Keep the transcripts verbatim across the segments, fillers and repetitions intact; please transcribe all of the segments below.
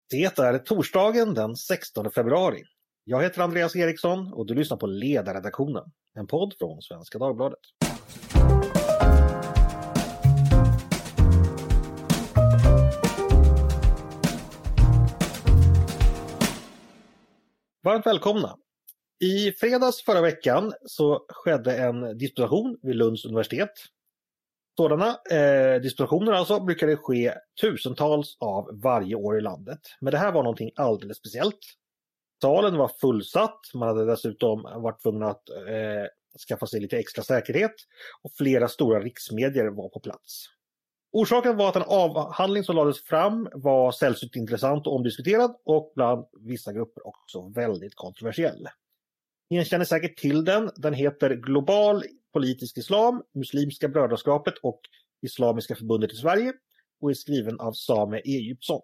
Det är torsdagen den sextonde februari. Jag heter Andreas Eriksson och du lyssnar på Ledarredaktionen, en podd från Svenska Dagbladet. Varmt välkomna! I fredags förra veckan så skedde en disputation vid Lunds universitet. Sådana eh, disputationer alltså brukar det ske tusentals av varje år i landet. Men det här var någonting alldeles speciellt. Salen var fullsatt, man hade dessutom varit tvungen att eh, skaffa sig lite extra säkerhet och flera stora riksmedier var på plats. Orsaken var att en avhandling som lades fram var sällsynt intressant och omdiskuterad och bland vissa grupper också väldigt kontroversiell. Ni känner säkert till den. Den heter Global politisk islam, Muslimska brödraskapet och Islamiska förbundet i Sverige och är skriven av Same Egyptsson.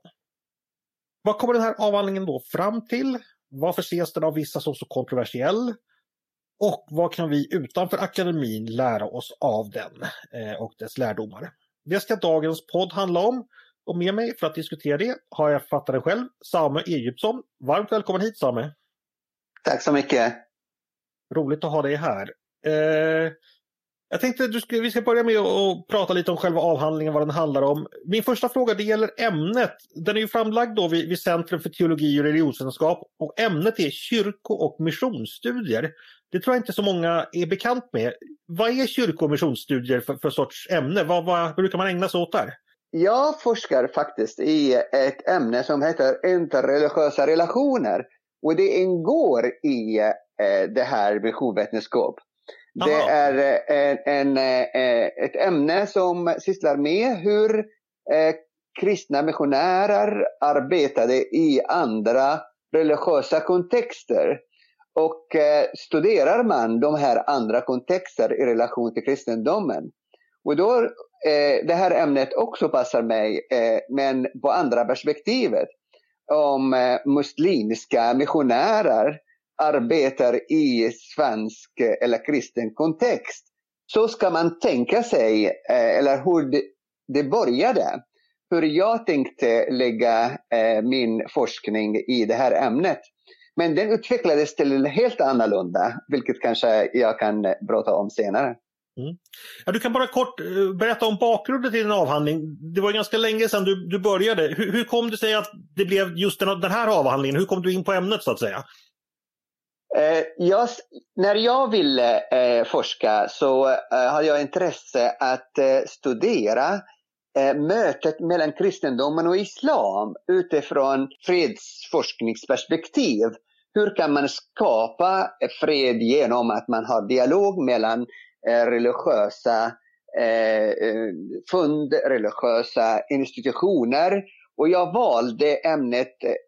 Vad kommer den här avhandlingen då fram till? Varför ses den av vissa som så kontroversiell? Och vad kan vi utanför akademin lära oss av den eh, och dess lärdomar? Det ska dagens podd handla om. Och med mig för att diskutera det har jag författaren själv, Same Egyptsson. Varmt välkommen hit, Same. Tack så mycket. Roligt att ha dig här. Eh, jag tänkte att vi ska börja med att prata lite om själva avhandlingen, vad den handlar om. Min första fråga, det gäller ämnet. Den är ju framlagd då vid, vid Centrum för teologi och religionsvetenskap och ämnet är kyrko- och missionsstudier. Det tror jag inte så många är bekant med. Vad är kyrko- och missionsstudier för, för sorts ämne? Vad, vad brukar man ägna sig åt där? Jag forskar faktiskt i ett ämne som heter interreligiösa relationer. Och det ingår i eh, det här missionsvetenskap. Det är eh, en, eh, ett ämne som sysslar med hur eh, kristna missionärer arbetade i andra religiösa kontexter. Och eh, studerar man de här andra kontexter i relation till kristendomen. Och då, eh, det här ämnet också passar mig, eh, men på andra perspektivet. Om eh, muslimska missionärer arbetar i svensk eller kristen kontext. Så ska man tänka sig, eh, eller hur det, det började. Hur jag tänkte lägga eh, min forskning i det här ämnet. Men den utvecklades till helt annorlunda, vilket kanske jag kan berätta om senare. Mm. Ja, du kan bara kort berätta om bakgrunden till din avhandling. Det var ganska länge sedan du, du började. Hur, hur kom det sig att det blev just den, den här avhandlingen? Hur kom du in på ämnet så att säga? Eh, jag, när jag ville eh, forska så eh, hade jag intresse att eh, studera eh, mötet mellan kristendomen och islam utifrån fredsforskningsperspektiv. Hur kan man skapa fred genom att man har dialog mellan eh, religiösa eh, fund, religiösa institutioner? Och jag valde ämnet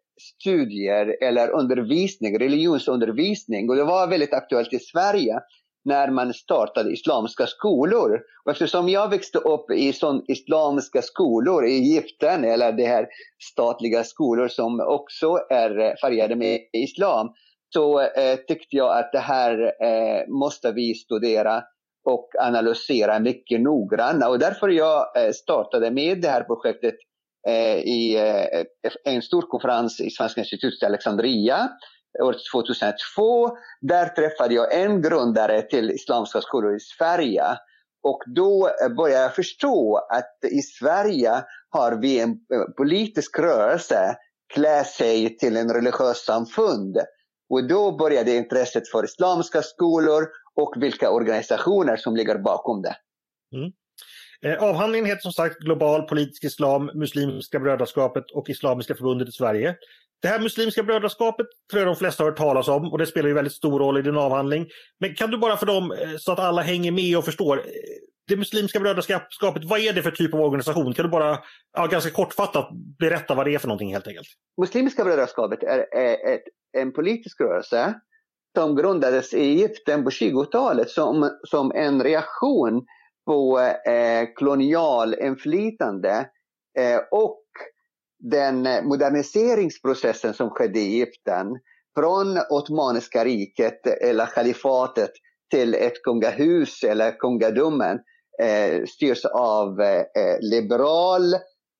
studier eller undervisning, religionsundervisning. Och det var väldigt aktuellt i Sverige när man startade islamiska skolor. Och eftersom jag växte upp i sån islamiska skolor i Egypten, eller det här statliga skolor som också är färgade med islam, så eh, tyckte jag att det här eh, måste vi studera och analysera mycket noggrant. Och därför jag eh, startade med det här projektet eh, i eh, en stor konferens i Svenska institutet i Alexandria år tjugohundratvå. Där träffade jag en grundare till islamiska skolor i Sverige. Och då började jag förstå att i Sverige har vi en politisk rörelse klä sig till en religiös samfund. Och då började intresset för islamiska skolor och vilka organisationer som ligger bakom det. Mm. Eh, avhandlingen heter som sagt Global politisk islam, Muslimska brödraskapet och Islamiska förbundet i Sverige. Det här Muslimska brödraskapet tror jag de flesta har hört talas om och det spelar ju väldigt stor roll i din avhandling. Men kan du bara för dem, så att alla hänger med och förstår, det Muslimska brödraskapet, vad är det för typ av organisation? Kan du bara ja, ganska kortfattat berätta vad det är för någonting helt enkelt? Muslimska brödraskapet är, är ett, en politisk rörelse som grundades i Egypten på tjugotalet som, som en reaktion på eh, kolonialinflytande eh, och den moderniseringsprocessen som skedde i Egypten från Ottomaniska riket eller kalifatet till ett kungahus eller kungadömen eh, styrs av eh, liberal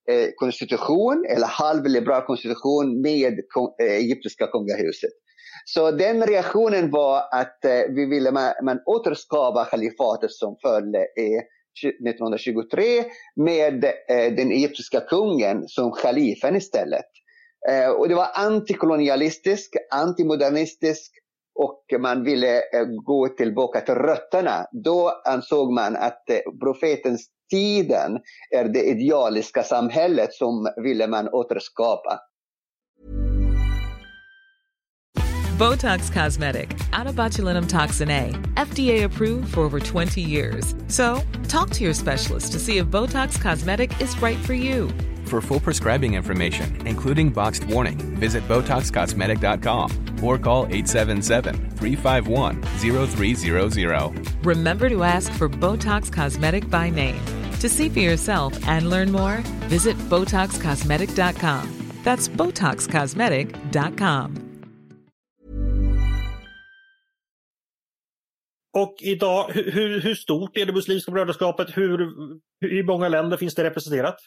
eh, konstitution eller halvliberal konstitution med kon- eh, egyptiska kungahuset. Så den reaktionen var att eh, vi ville man, man återskapa kalifatet som föll eh, nittonhundratjugotre med eh, den egyptiska kungen som khalifen istället. Eh, och det var antikolonialistisk, antimodernistisk och man ville eh, gå tillbaka till rötterna. Då ansåg man att eh, profetens tiden är det idealiska samhället som ville man återskapa. Botox Cosmetic, out of botulinum toxin A, F D A approved for over twenty years. So, talk to your specialist to see if Botox Cosmetic is right for you. For full prescribing information, including boxed warning, visit Botox Cosmetic dot com or call eight seven seven, three five one, zero three zero zero. Remember to ask for Botox Cosmetic by name. To see for yourself and learn more, visit Botox Cosmetic dot com. That's Botox Cosmetic dot com. Och idag, hur, hur stort är det muslimska brödraskapet? Hur, hur, i många länder finns det representerat?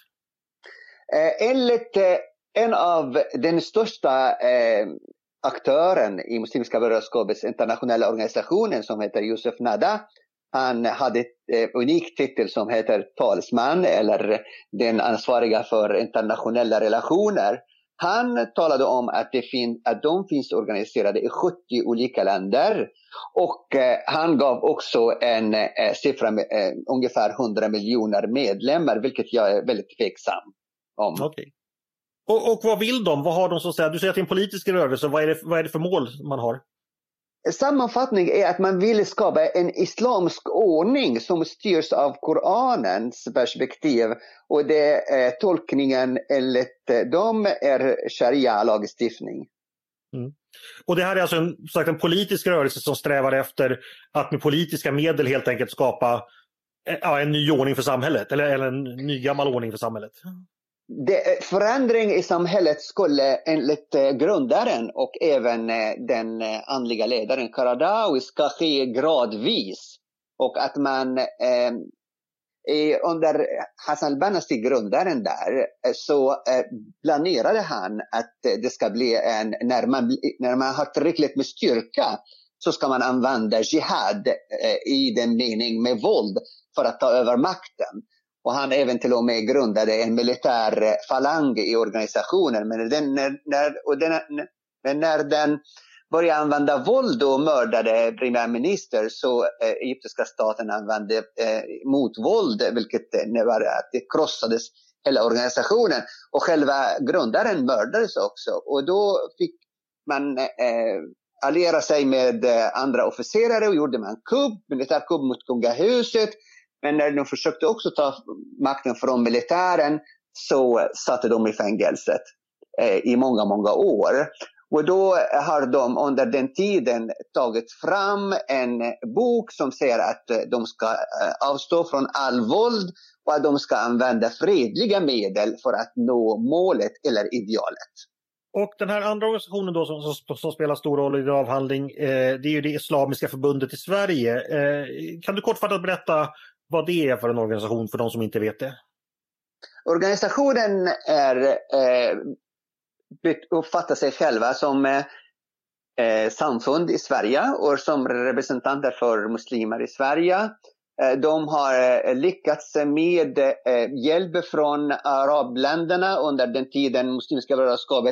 Eh, enligt eh, en av den största eh, aktören i muslimska brödraskapets internationella organisationen som heter Yusuf Nada. Han hade ett eh, unikt titel som heter talesman eller den ansvariga för internationella relationer. Han talade om att, det fin- att de finns organiserade i sjuttio olika länder och eh, han gav också en eh, siffra med eh, ungefär hundra miljoner medlemmar, vilket jag är väldigt tveksam om. Okay. Och, och vad vill de? Vad har de så att säga? Du säger att det är en politisk rörelse. Vad är det, vad är det för mål man har? Sammanfattning är att man vill skapa en islamsk ordning som styrs av Koranens perspektiv och det är tolkningen enligt dem är sharia-lagstiftning. Mm. Och det här är alltså en, sagt, en politisk rörelse som strävar efter att med politiska medel helt enkelt skapa ja, en ny ordning för samhället eller, eller en ny gammal ordning för samhället. Det, förändring i samhället skulle enligt eh, grundaren och även eh, den eh, andliga ledaren Qaradawi ska ske gradvis och att man eh, är under Hassan al-Banna, grundaren där, eh, så eh, planerade han att eh, det ska bli en, när man, när man har tillräckligt med styrka så ska man använda jihad eh, i den mening med våld för att ta över makten. Och han även till och med grundade en militär falang i organisationen. Men, den, när, och den, men när den började använda våld och mördade premiärminister så eh, egyptiska staten använde eh, motvåld, vilket innebar att det krossades hela organisationen. Och själva grundaren mördades också. Och då fick man eh, alliera sig med andra officerare och gjorde man kupp, militärkupp mot kungahuset. Men när de försökte också ta makten från militären så satte de i fängelset eh, i många, många år. Och då har de under den tiden tagit fram en bok som säger att de ska eh, avstå från all våld och att de ska använda fredliga medel för att nå målet eller idealet. Och den här andra organisationen då som, som, som spelar stor roll i din avhandling, eh, det är ju det Islamiska förbundet i Sverige. Eh, kan du kortfattat berätta vad det är för en organisation för de som inte vet det? Organisationen är, eh, uppfattar sig själva som eh, samfund i Sverige och som representanter för muslimer i Sverige. Eh, de har eh, lyckats med eh, hjälp från arabländerna under den tiden Muslimska brödraskapet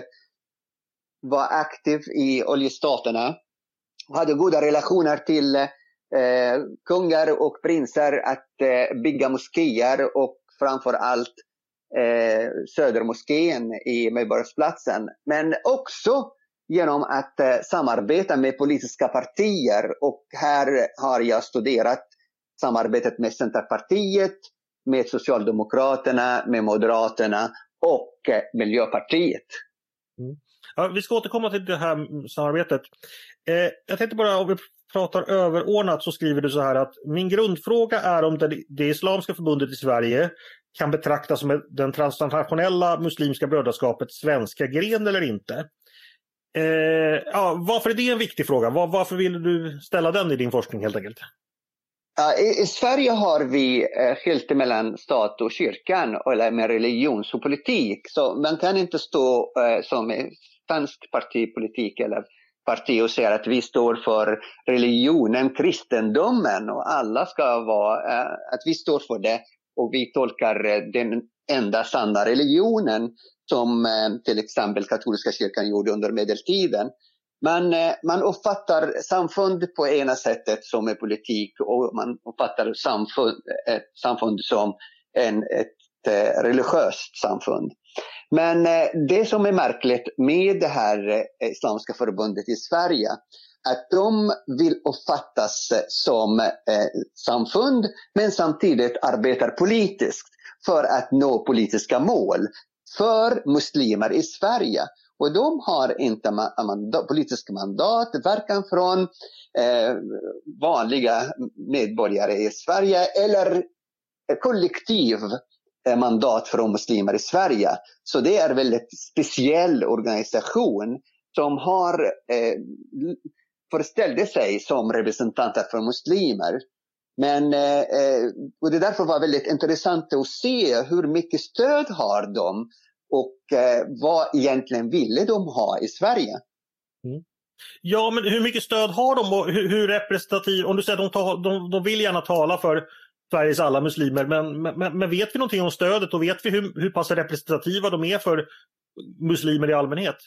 var aktiv i oljestaterna. Hade goda relationer till Eh, kungar och prinsar att eh, bygga moskéer och framför allt eh, Södermoskén i Medborgarplatsen. Men också genom att eh, samarbeta med politiska partier och här har jag studerat samarbetet med Centerpartiet, med Socialdemokraterna, med Moderaterna och eh, Miljöpartiet. Mm. Ja, vi ska återkomma till det här samarbetet. Eh, jag tänkte bara, om vi pratar överordnat så skriver du så här att min grundfråga är om det, det Islamiska förbundet i Sverige kan betraktas som den transnationella muslimska brödraskapets svenska gren eller inte. Eh, ja, varför är det en viktig fråga? Var, varför vill du ställa den i din forskning helt enkelt? Uh, i, I Sverige har vi uh, skilt mellan stat och kyrkan, eller med religions och politik. Så man kan inte stå uh, som i svensk partipolitik eller parti och säga att vi står för religionen, kristendomen, och alla ska vara, uh, att vi står för det och vi tolkar uh, den enda sanna religionen som uh, till exempel katolska kyrkan gjorde under medeltiden. Man, man uppfattar samfund på ena sättet som är politik, och man uppfattar samfund, ett samfund som en, ett religiöst samfund. Men det som är märkligt med det här Islamiska förbundet i Sverige, att de vill uppfattas som eh, samfund men samtidigt arbetar politiskt för att nå politiska mål för muslimer i Sverige. Och de har inte mandat, politiska mandat, varken från eh, vanliga medborgare i Sverige eller kollektiv eh, mandat från muslimer i Sverige. Så det är en väldigt speciell organisation som har eh, föreställde sig som representanter för muslimer. Men eh, och det därför var väldigt intressant att se hur mycket stöd har de och eh, vad egentligen ville de ha i Sverige. Mm. Ja, men hur mycket stöd har de och hur, hur representativ, om du säger att de, tar, de, de vill gärna tala för Sveriges alla muslimer, men, men, men vet vi någonting om stödet och vet vi hur, hur pass representativa de är för muslimer i allmänhet?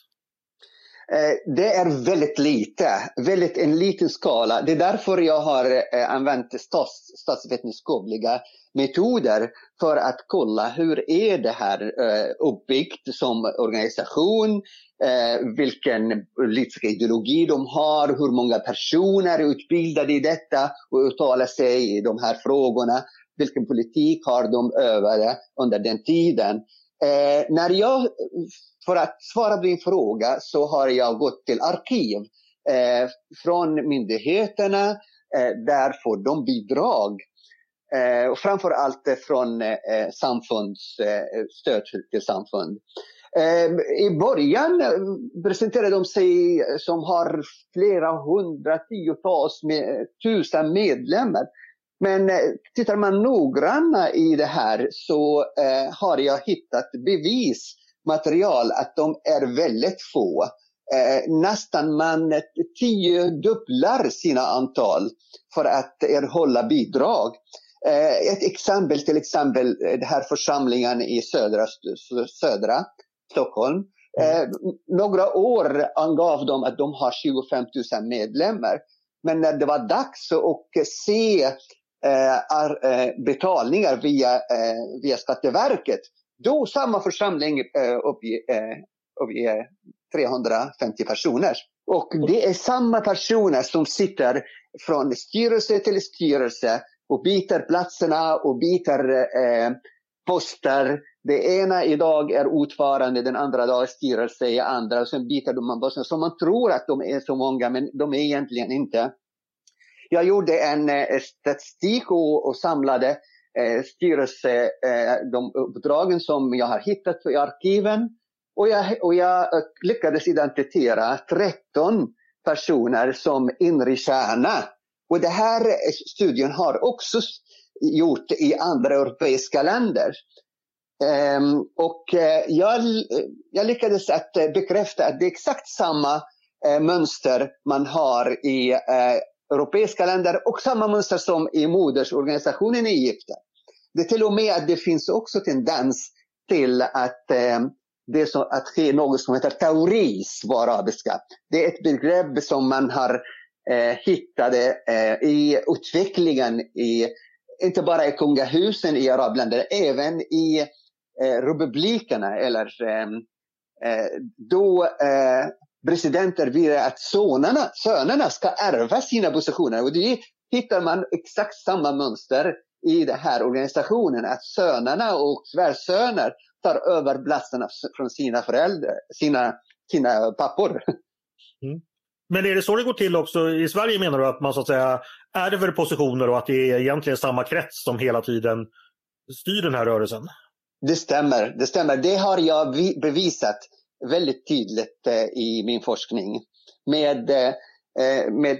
Det är väldigt lite, väldigt en liten skala. Det är därför jag har eh, använt stats, statsvetenskapliga metoder för att kolla hur är det här eh, uppbyggt som organisation, eh, vilken politiska ideologi de har, hur många personer är utbildade i detta och uttalar sig i de här frågorna, vilken politik har de övade under den tiden. Eh, när jag För att svara på din fråga så har jag gått till arkiv eh, från myndigheterna. Eh, där får de bidrag. Eh, och framförallt från eh, samfunds, eh, stöd till samfund. Eh, I början presenterade de sig som har flera hundratiotals med tusen medlemmar. Men eh, tittar man noggranna i det här så eh, har jag hittat bevis material att de är väldigt få. Eh, nästan man tio dubblar sina antal för att erhålla bidrag. Eh, ett exempel till exempel den här församlingen i södra, södra Stockholm. Eh, några år angav de att de har tjugofem tusen medlemmar. Men när det var dags att se eh, ar, eh, betalningar via, eh, via Skatteverket, då samma församling eh, uppger eh, uppge trehundrafemtio personer. Och det är samma personer som sitter från styrelse till styrelse och byter platserna och byter eh, poster. Det ena idag är ordförande, den andra dag är styrelse i andra, och sen byter de poster. Så man tror att de är så många, men de är egentligen inte. Jag gjorde en eh, statistik och, och samlade Eh, styrelse, eh, de uppdragen som jag har hittat i arkiven, och jag, och jag eh, lyckades identifiera tretton personer som inre kärna. Och det här studien har också gjort i andra europeiska länder. Eh, och eh, jag, jag lyckades att bekräfta att det är exakt samma eh, mönster man har i eh, europeiska länder och samma mönster som i modersorganisationen i Egypten. Det är till och med att det finns också tendens till att eh, det som, att ske något som heter tauris på arabiska. Det är ett begrepp som man har eh, hittat eh, i utvecklingen i, inte bara i kungahusen i arabländer, även i eh, republikerna, eller eh, eh, då eh, presidenter vill att sönerna, sönerna ska ärva sina positioner, och det hittar man exakt samma mönster i den här organisationen, att sönerna och svärsöner tar över platserna från sina föräldrar, sina, sina pappor. Mm. Men är det så det går till också i Sverige, menar du, att man så att säga ärver positioner och att det är egentligen samma krets som hela tiden styr den här rörelsen? Det stämmer, det stämmer. Det har jag bevisat väldigt tydligt eh, i min forskning med, eh, med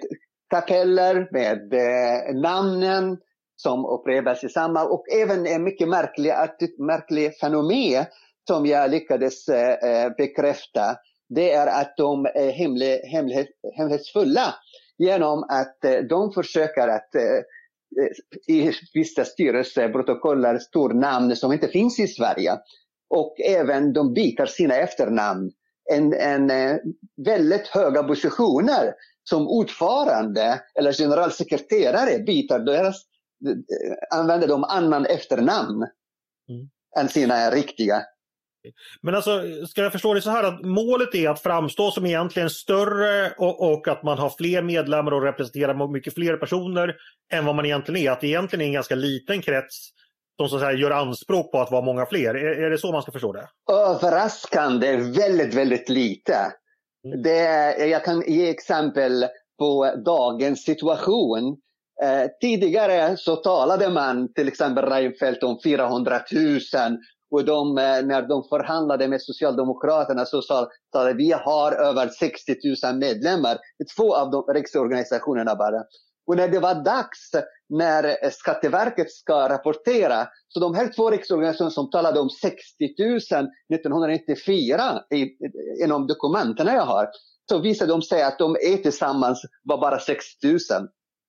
tapeller med eh, namnen som upprepas i samma, och även en mycket märklig, märklig fenomen som jag lyckades eh, bekräfta, det är att de är hemlig, hemlighet, hemlighetsfulla genom att eh, de försöker att eh, i vissa styrelseprotokoller står namn som inte finns i Sverige, och även de byter sina efternamn. En, en eh, väldigt höga positioner som ordförande eller generalsekreterare byter deras, eh, använder de annan efternamn mm. än sina riktiga. Men alltså, ska jag förstå det så här att målet är att framstå som egentligen större och, och att man har fler medlemmar och representerar mycket fler personer än vad man egentligen är? Att det egentligen är en ganska liten krets som så att säga gör anspråk på att vara många fler. Är, är det så man ska förstå det? Överraskande, väldigt, väldigt lite. Mm. Det, jag kan ge exempel på dagens situation. Eh, tidigare så talade man till exempel Reinfeldt om fyrahundratusen. Och de, när de förhandlade med Socialdemokraterna så sa att vi har över sextio tusen medlemmar. Två av de riksorganisationerna bara. Och när det var dags, när Skatteverket ska rapportera, så de här två riksorganisationerna som talade om sextio tusen nittonhundranittiofyra i, inom dokumenten jag har, så visade de sig att de är tillsammans var bara sex tusen.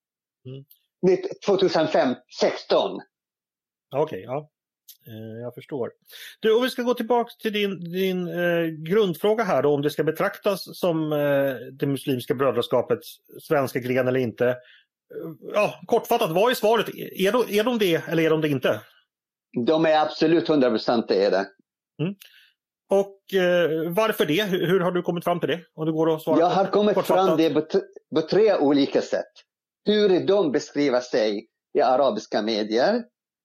Mm. tjugohundrasexton. Okej, okay, ja. Jag förstår. Du, och vi ska gå tillbaka till din, din eh, grundfråga här då, om det ska betraktas som eh, det muslimska brödraskapets svenska gren eller inte. Ja, kortfattat, vad är svaret? Är de, är de det eller är de det inte? De är absolut hundra procent det. det. Mm. Och eh, varför det? Hur, hur har du kommit fram till det? Om du går att svara. Jag har kommit fram till det på, på tre olika sätt. Hur de beskriver sig i arabiska medier,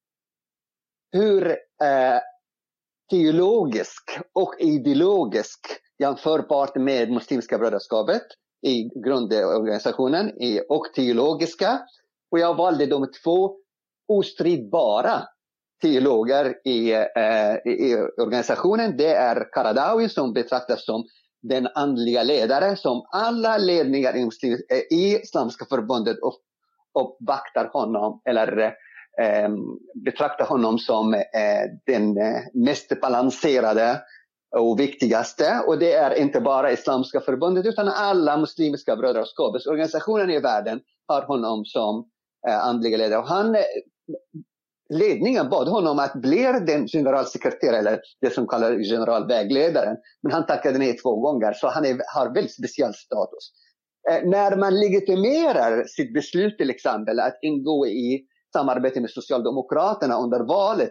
hur eh, teologisk och ideologisk jämförbart med muslimska brödraskapet i grundorganisationen och teologiska. Och jag valde de två ostridbara teologer i, eh, i organisationen. Det är Qaradawi som betraktas som den andliga ledare som alla ledningar i, muslim, eh, i Islamiska förbundet uppvaktar honom eller Eh, betraktar honom som eh, den eh, mest balanserade och viktigaste, och det är inte bara Islamiska förbundet utan alla muslimska brödraskapets organisationer i världen har honom som eh, andliga ledare, och han eh, ledningen bad honom att bli den generalsekreterare eller det som kallas generalvägledaren, men han tackade nej två gånger, så han är, har väldigt speciell status. Eh, när man legitimerar sitt beslut till exempel att ingå i samarbete med Socialdemokraterna under valet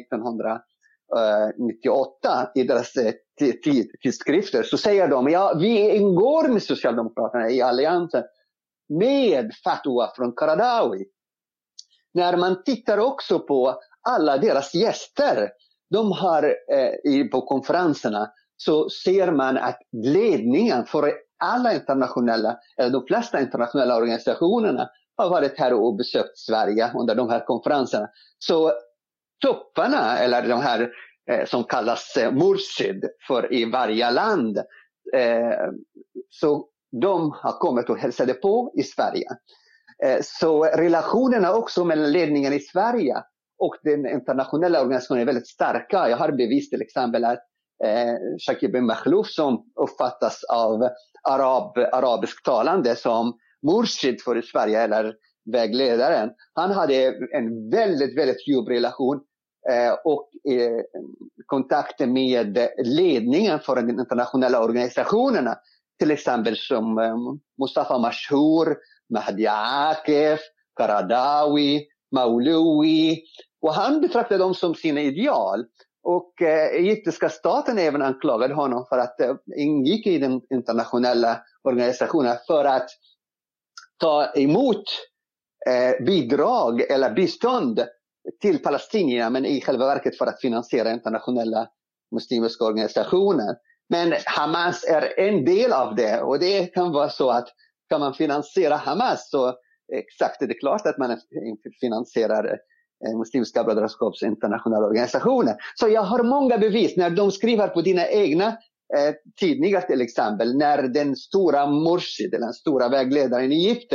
nittonhundranittioåtta i deras tidskrifter, så säger de ja, vi ingår med Socialdemokraterna i alliansen med fatwa från Qaradawi. När man tittar också på alla deras gäster de har eh, på konferenserna, så ser man att ledningen för alla internationella, eller de flesta internationella organisationerna har varit här och besökt Sverige under de här konferenserna. Så topparna, eller de här eh, som kallas eh, mursid för i varje land, eh, så de har kommit och hälsade på i Sverige. Eh, så relationerna också mellan ledningen i Sverige och den internationella organisationen är väldigt starka. Jag har bevis till exempel att eh, Shakib bin Makhlouf, som uppfattas av arab, arabisktalande som mursid för Sverige eller vägledaren, han hade en väldigt, väldigt djup relation eh, och eh, kontakt med ledningen för de internationella organisationerna, till exempel som eh, Mustafa Mashhur, Mahdi Akif, Qaradawi, Maulwi, och han betraktade dem som sina ideal. Och eh, egyptiska staten även anklagade honom för att eh, ingå i den internationella organisationen för att ta emot eh, bidrag eller bistånd till palestinierna, men i själva verket för att finansiera internationella muslimska organisationer. Men Hamas är en del av det, och det kan vara så att kan man finansiera Hamas, så exakt är det klart att man finansierar eh, muslimska brödraskaps internationella organisationer. Så jag har många bevis när de skriver på dina egna eh, tidningar till exempel, när den stora murshid, den stora vägledaren i Egypten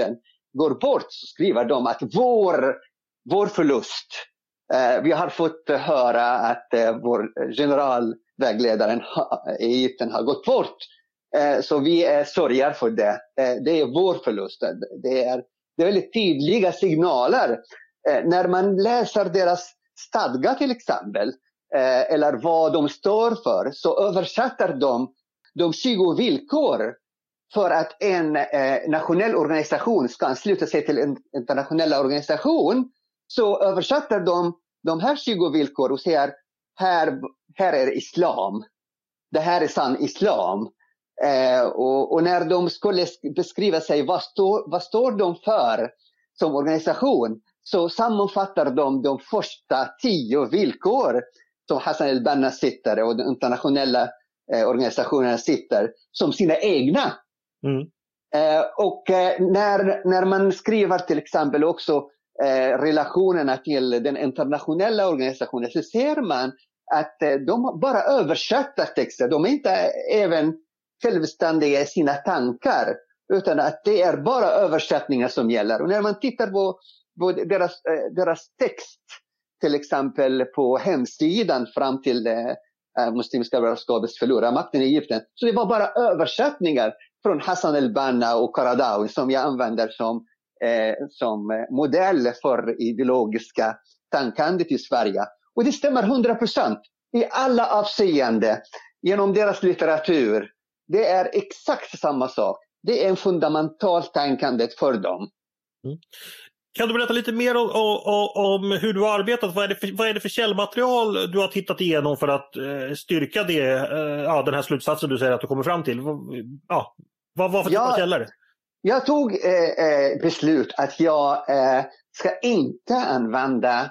går bort så skriver de att vår, vår förlust, eh, vi har fått höra att eh, vår generalvägledaren i Egypten har gått bort. Eh, så vi är sörjer för det. Eh, det är vår förlust. Det är, det är väldigt tydliga signaler. Eh, när man läser deras stadga till exempel, eh, eller vad de står för, så översätter de de tjugo villkor för att en eh, nationell organisation ska ansluta sig till en internationell organisation. Så översätter de de här tjugo villkor och säger här, här är islam. Det här är sann islam. Eh, och, och när de skulle beskriva sig, vad, stå, vad står de för som organisation, så sammanfattar de de första tio villkor som Hassan el-Banna sitter och den internationella eh, organisationen sitter som sina egna. Mm. Eh, och eh, när, när man skriver till exempel också eh, relationerna till den internationella organisationen, så ser man att eh, de bara översätter texter. De är inte även självständiga i sina tankar, utan att det är bara översättningar som gäller. Och när man tittar på, på deras, eh, deras text, till exempel på hemsidan fram till eh, Muslimska brödraskapets förlora makten i Egypten, så det var bara översättningar från Hassan el-Banna och Qaradawi som jag använder som, eh, som modell för ideologiska tankandet i Sverige. Och det stämmer hundra procent i alla avseenden genom deras litteratur. Det är exakt samma sak. Det är en fundamental tankandet för dem. Mm. Kan du berätta lite mer om, om, om hur du har arbetat? Vad är, det för, vad är det för källmaterial du har tittat igenom för att eh, styrka det, eh, ja, den här slutsatsen du säger att du kommer fram till? Ja, vad var för typ av källor? Jag tog eh, beslut att jag eh, ska inte använda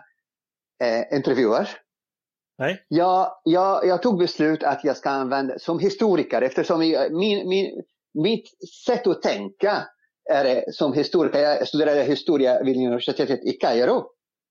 eh, intervjuer. Nej. Jag, jag, jag tog beslut att jag ska använda som historiker, eftersom jag, min, min, mitt sätt att tänka är som historiker. Jag studerade historia vid universitetet i Kairo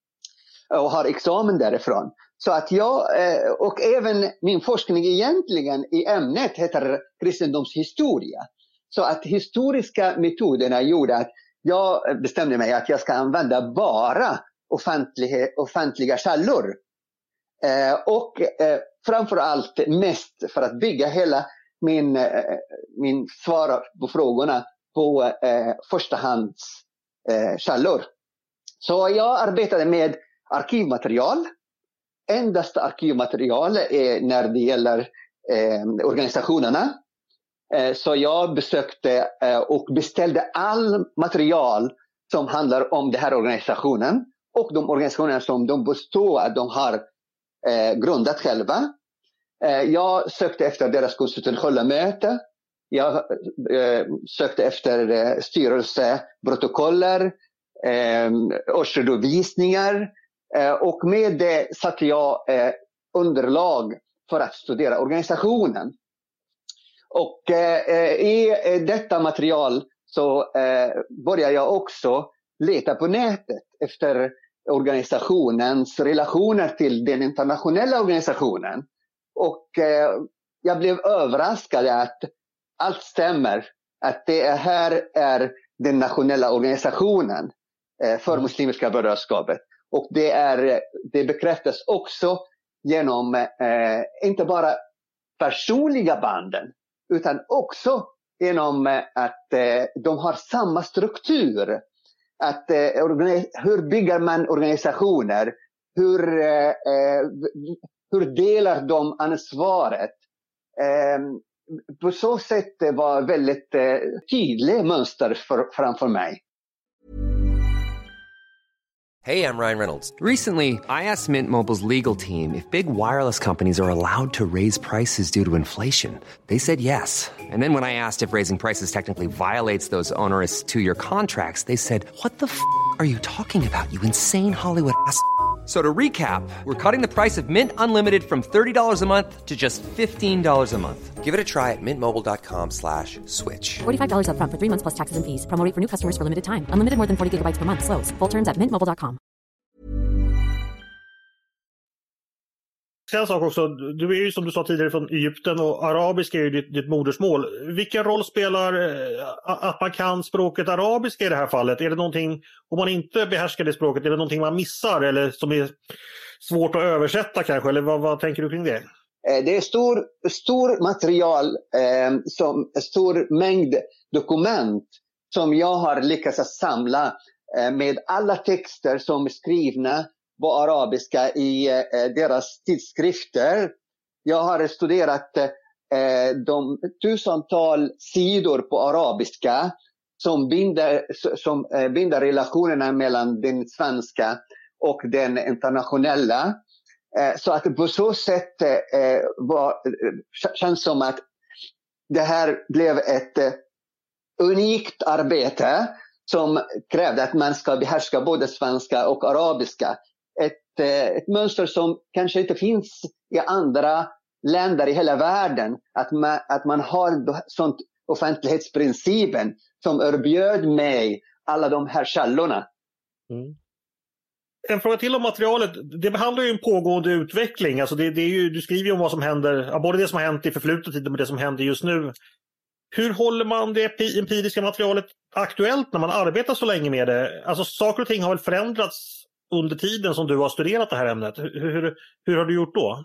och har examen därifrån. Så att jag, och även min forskning egentligen i ämnet heter kristendomshistoria. Så att historiska metoderna gjorde att jag bestämde mig att jag ska använda bara offentliga, offentliga källor. Eh, och eh, framförallt mest för att bygga hela min, eh, min svar på frågorna på eh, förstahands eh, källor. Så jag arbetade med arkivmaterial. Endast arkivmaterial är när det gäller eh, organisationerna. Eh, så jag besökte eh, och beställde all material som handlar om den här organisationen och de organisationer som de består att de har eh, grundat själva. Eh, jag sökte efter deras konstitutionella möte. Jag eh, sökte efter eh, styrelseprotokoller, eh, årsredovisningar eh, och med det satte jag eh, underlag för att studera organisationen. Och eh, i eh, detta material så eh, började jag också leta på nätet efter organisationens relationer till den internationella organisationen. Och eh, jag blev överraskad att allt stämmer, att det här är den nationella organisationen eh, för Muslimska brödraskapet. Och det, är, det bekräftas också genom eh, inte bara personliga banden, utan också genom eh, att eh, de har samma struktur. Att, eh, hur bygger man organisationer? Hur, eh, hur delar de ansvaret? Eh, på så sätt var väldigt eh, tydligt mönster för, framför mig. Hey, I'm Ryan Reynolds. Recently, I asked Mint Mobile's legal team if big wireless companies are allowed to raise prices due to inflation. They said yes. And then when I asked if raising prices technically violates those onerous two-year contracts, they said, "What the f*** are you talking about, you insane Hollywood ass?" So to recap, we're cutting the price of Mint Unlimited from thirty dollars a month to just fifteen dollars a month. Give it a try at mintmobile.com slash switch. forty-five dollars up front for three months plus taxes and fees. Promo rate for new customers for limited time. Unlimited more than forty gigabytes per month. Slows full terms at mint mobile dot com. En sak också, du är ju som du sa tidigare från Egypten och arabiska är ju ditt, ditt modersmål. Vilken roll spelar att man kan språket arabiska i det här fallet? Är det någonting, om man inte behärskar det språket, är det någonting man missar eller som är svårt att översätta kanske? Eller vad, vad tänker du kring det? Det är stor, stor material, eh, som, stor mängd dokument som jag har lyckats samla eh, med alla texter som är skrivna på arabiska i eh, deras tidskrifter. Jag har studerat eh, de tusental sidor på arabiska som binder, som, eh, binder relationerna mellan den svenska och den internationella. Eh, så att på så sätt eh, var, känns som att det här blev ett eh, unikt arbete som krävde att man ska behärska både svenska och arabiska. Ett, ett mönster som kanske inte finns i andra länder i hela världen. Att man, att man har sånt offentlighetsprincipen som erbjöd mig alla de här källorna. Mm. En fråga till om materialet. Det behandlar ju en pågående utveckling. Alltså det, det är ju, du skriver ju om vad som händer, både det som har hänt i förfluten tid och det som händer just nu. Hur håller man det empiriska materialet aktuellt när man arbetar så länge med det? Alltså saker och ting har väl förändrats under tiden som du har studerat det här ämnet. Hur, hur, hur har du gjort då?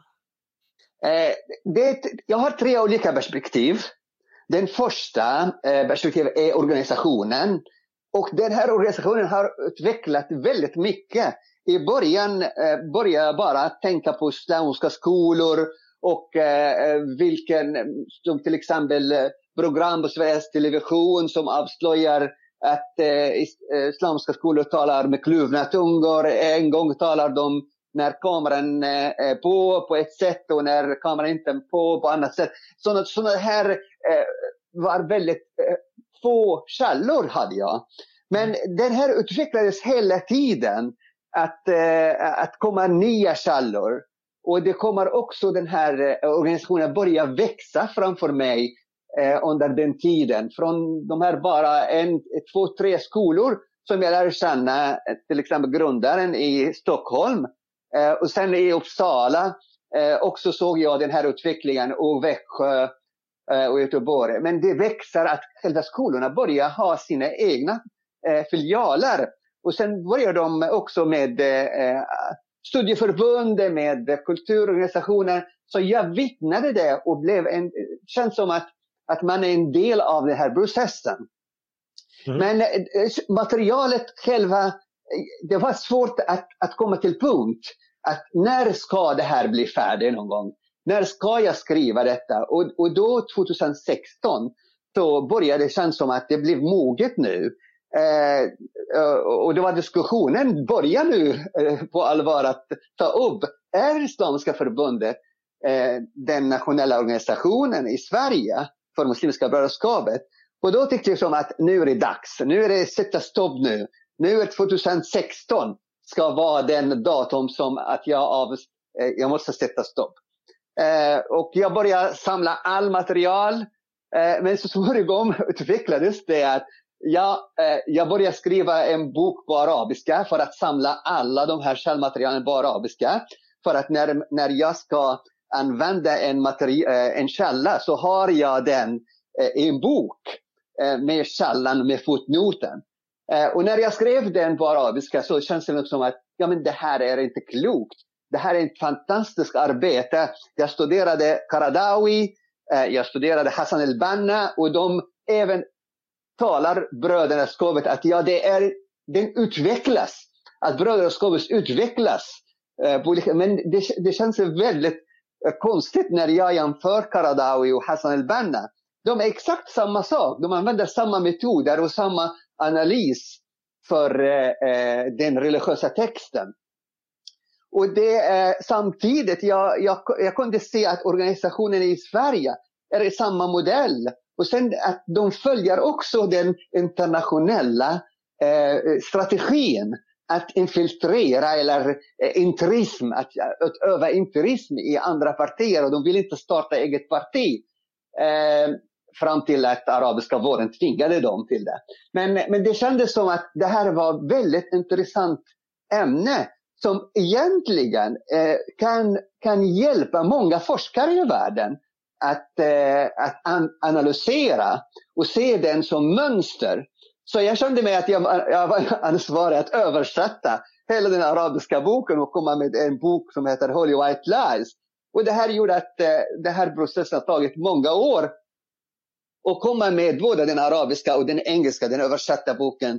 Eh, det, jag har tre olika perspektiv. Den första eh, perspektivet är organisationen. Och den här organisationen har utvecklat väldigt mycket. I början eh, började jag bara tänka på islamska skolor och eh, vilken, som till exempel program på Sveriges Television som avslöjar att eh, islamska skolor talar med kluvna tungor. En gång talar de när kameran eh, är på på ett sätt och när kameran inte är på på annat sätt. Sådana, sådana här eh, var väldigt eh, få källor hade jag. Men den här utvecklades hela tiden att, eh, att komma nya källor. Och det kommer också den här eh, organisationen börja växa framför mig eh, under den tiden. Från de här bara en, två, tre skolor som jag lärde känna, till exempel grundaren i Stockholm. Eh, och sen i Uppsala eh, också såg jag den här utvecklingen och Växjö eh, och Göteborg. Men det växer att själva skolorna börjar ha sina egna eh, filialer. Och sen börjar de också med eh, studieförbund, med kulturorganisationer. Så jag vittnade det och blev en, känns som att, att man är en del av den här processen. Mm. Men eh, materialet själva, det var svårt att, att komma till punkt. Att när ska det här bli färdigt någon gång? När ska jag skriva detta? Och, och då tjugohundrasexton så började det kännas som att det blev moget nu. Eh, och det var diskussionen börjar nu eh, på allvar att ta upp. Är Islamiska förbundet eh, den nationella organisationen i Sverige för Muslimska brödraskapet? Och då tyckte jag som att nu är det dags. Nu är det sätta stopp nu. Nu är tjugohundrasexton ska vara den datum som att jag, av, eh, jag måste sätta stopp. Eh, och jag började samla all material. Eh, men så småningom utvecklades det att jag, eh, jag började skriva en bok på arabiska för att samla alla de här källmaterialen på arabiska. För att när, när jag ska använda en, materi- eh, en källa så har jag den eh, i en bok eh, med källan, med fotnoten. Eh, och när jag skrev den på arabiska så känns det som att ja, men det här är inte klokt. Det här är ett fantastiskt arbete. Jag studerade Qaradawi, eh, jag studerade Hassan el-Banna och de även talar brödraskapet att ja, det är, den utvecklas. Att brödraskapet utvecklas. Eh, men det, det känns väldigt eh, konstigt när jag jämför Qaradawi och Hassan el-Banna. De är exakt samma sak. De använder samma metoder och samma analys för eh, den religiösa texten. Och det är eh, samtidigt, jag, jag, jag kunde se att organisationen i Sverige är samma modell. Och sen att de följer också den internationella eh, strategin att infiltrera eller eh, interism, att, att öva interism i andra partier. Och de vill inte starta eget parti. Eh, Fram till att arabiska våren tvingade dem till det. Men, men det kändes som att det här var väldigt intressant ämne som egentligen eh, kan, kan hjälpa många forskare i världen att, eh, att an- analysera och se den som mönster. Så jag kände mig att jag, jag var ansvarig att översätta hela den arabiska boken och komma med en bok som heter Holy White Lies. Och det här gjorde att eh, det här processen har tagit många år och komma med både den arabiska och den engelska, den översatta boken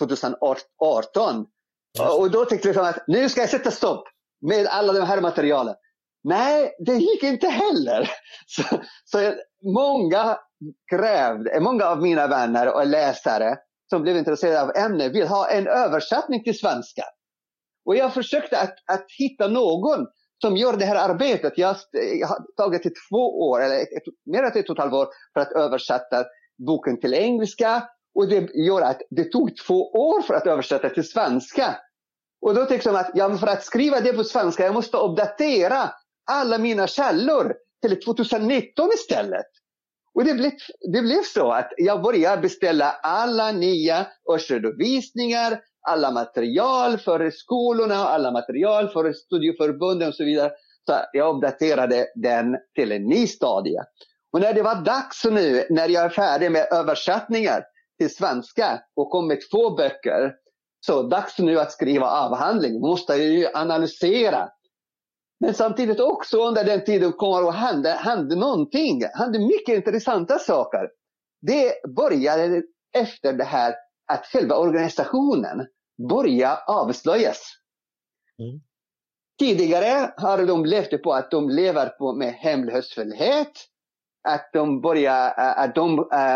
tjugoarton. Och då tänkte jag att nu ska jag sätta stopp med alla de här materialen. Nej, det gick inte heller. Så, så många krävde, många av mina vänner och läsare som blev intresserade av ämnet vill ha en översättning till svenska. Och jag försökte att, att hitta någon som gör det här arbetet. Jag, jag har tagit ett två år, eller ett, ett, mer än ett och ett halvt år för att översätta boken till engelska. Och det gör att det tog två år för att översätta till svenska. Och då tänkte jag att ja, för att skriva det på svenska jag måste uppdatera alla mina källor till tjugonitton istället. Och det blev, det blev så att jag började beställa alla nya årsredovisningar, alla material för skolorna, alla material för studieförbunden och så vidare. Så jag uppdaterade den till en ny stadie. Och när det var dags nu, när jag är färdig med översättningar till svenska och kom med två böcker, så dags nu att skriva avhandling. Måste jag ju analysera. Men samtidigt också under den tiden kommer att hända, hända någonting. Hända mycket intressanta saker. Det började efter det här att själva organisationen börjar avslöjas. Mm. Tidigare har de levt på att de lever på med hemlighetsfullhet. Att de börjar att de äh,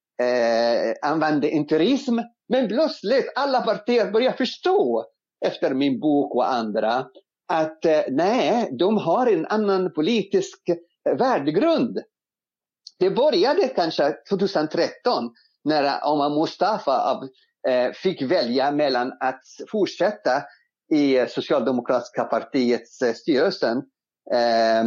äh, använder interism. Men plötsligt alla partier börjar förstå efter min bok och andra att eh, nej, de har en annan politisk eh, värdegrund. Det började kanske tjugotretton när Omar Mustafa eh, fick välja mellan att fortsätta i Socialdemokratiska partiets eh, styrelsen eh,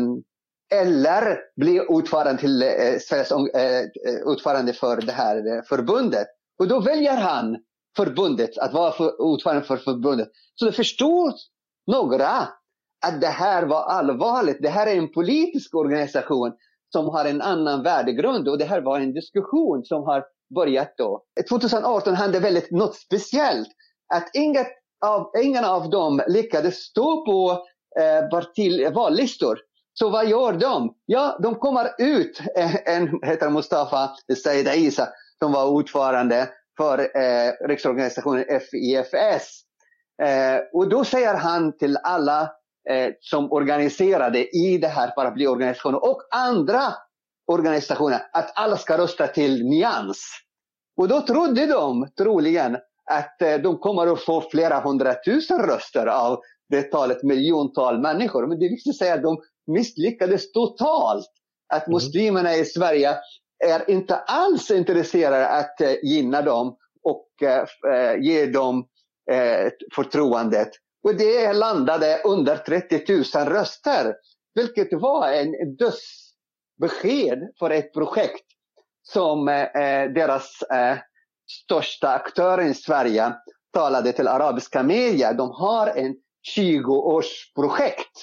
eller bli ordförande, till, eh, Sveriges, eh, ordförande för det här eh, förbundet. Och då väljer han förbundet, att vara för, ordförande för förbundet. Så det förstår några att det här var allvarligt. Det här är en politisk organisation som har en annan värdegrund. Och det här var en diskussion som har börjat då. tjugoarton hände väldigt något speciellt. Att inget av, ingen av dem lyckades stå på eh, parti, vallistor. Så vad gör de? Ja, de kommer ut. En heter Mustafa Said Isa som var ordförande för eh, riksorganisationen F I F S. Eh, och då säger han till alla eh, som organiserade i det här paraplyorganisationen och andra organisationer att alla ska rösta till Nyans. Och då trodde de troligen att eh, de kommer att få flera hundratusen röster av det talet miljontal människor. Men det visade sig att de misslyckades totalt. Att muslimerna i Sverige är inte alls intresserade att eh, gynna dem och eh, ge dem eh, förtroendet. Och det landade under trettio tusen röster. Vilket var en dödsbesked för ett projekt som eh, deras eh, största aktör i Sverige talade till arabiska media. De har en tjugo-årsprojekt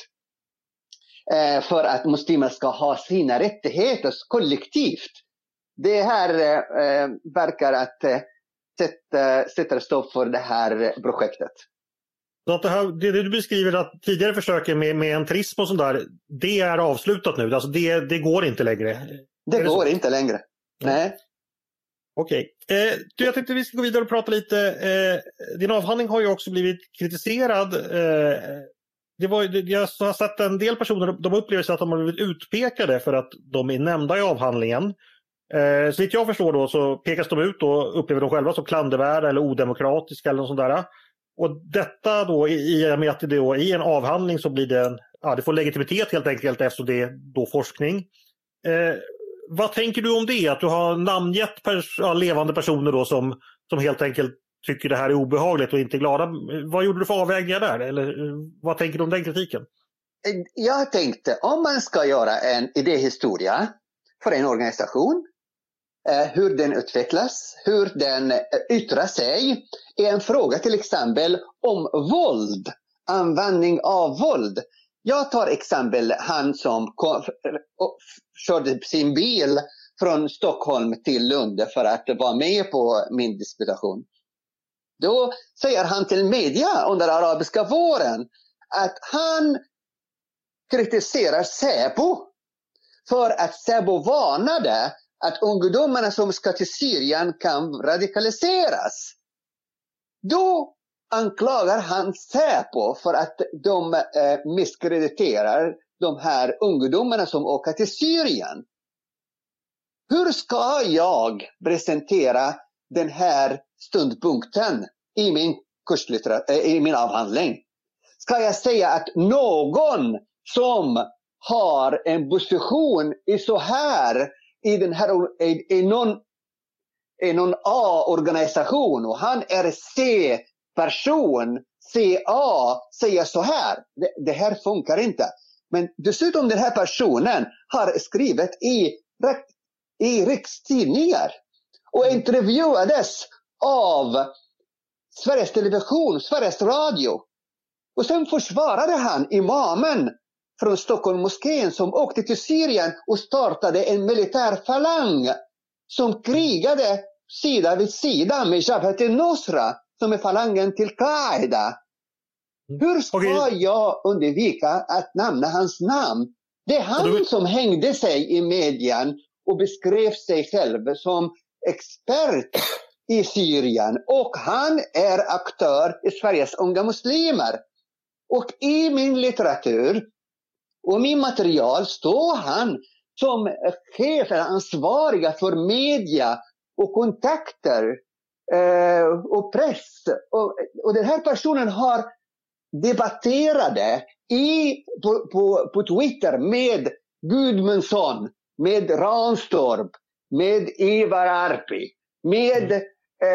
eh, för att muslimer ska ha sina rättigheter kollektivt. Det här eh, verkar att eh, sätta, sätta stopp för det här projektet. Så att det, här, det du beskriver att tidigare försöken med, med entrism och sånt där, det är avslutat nu? Alltså det, det går inte längre? Det, det går så? Inte längre, nej. Okej. Eh, jag tänkte vi ska gå vidare och prata lite. Eh, din avhandling har ju också blivit kritiserad. Eh, det var, jag har sett en del personer, de upplever sig att de har blivit utpekade för att de är nämnda i avhandlingen. Eh, så vitt jag förstår då så pekas de ut och upplever de själva som klandervärda eller odemokratiska eller något sånt där. Och detta då i och med att det då i en avhandling så blir det, ja, det får legitimitet helt enkelt eftersom det är då forskning. Eh, vad tänker du om det? Att du har namngett pers- ja, levande personer då som, som helt enkelt tycker det här är obehagligt och inte är glada. Vad gjorde du för avvägningar där? Eller vad tänker du om den kritiken? Jag tänkte om man ska göra en idéhistoria för en organisation, hur den utvecklas, hur den yttrar sig, är en fråga till exempel om våld användning av våld. Jag tar exempel han som kom, körde sin bil från Stockholm till Lund för att vara med på min disputation. Då säger han till media under arabiska våren att han kritiserar Säpo för att Säpo varnade att ungdomarna som ska till Syrien kan radikaliseras. Då anklagar han Säpo för att de eh, misskrediterar de här ungdomarna som åker till Syrien. Hur ska jag presentera den här ståndpunkten i min kurslitteratur, äh, i min avhandling? Ska jag säga att någon som har en position i så här i den här i, i någon i någon A-organisation och han är C-person, C A säger så här. Det, det här funkar inte. Men dessutom den här personen har skrivit i i rikstidningar och intervjuades av Sveriges Television, Sveriges Radio. Och sen försvarade han imamen från Stockholm moskén som åkte till Syrien och startade en militär falang som krigade sida vid sida med Jabhat al-Nusra som är falangen till Qaida. Hur ska okay. jag undvika att nämna hans namn? Det är han du... som hängde sig i medien och beskrev sig själv som expert i Syrien. Och han är aktör i Sveriges unga muslimer. Och i min litteratur och min material står han som chef eller ansvariga för media och kontakter eh, och press. Och, och den här personen har debatterade i, på, på, på Twitter med Gudmundsson, med Ranstorp, med Ivar Arpi, med eh,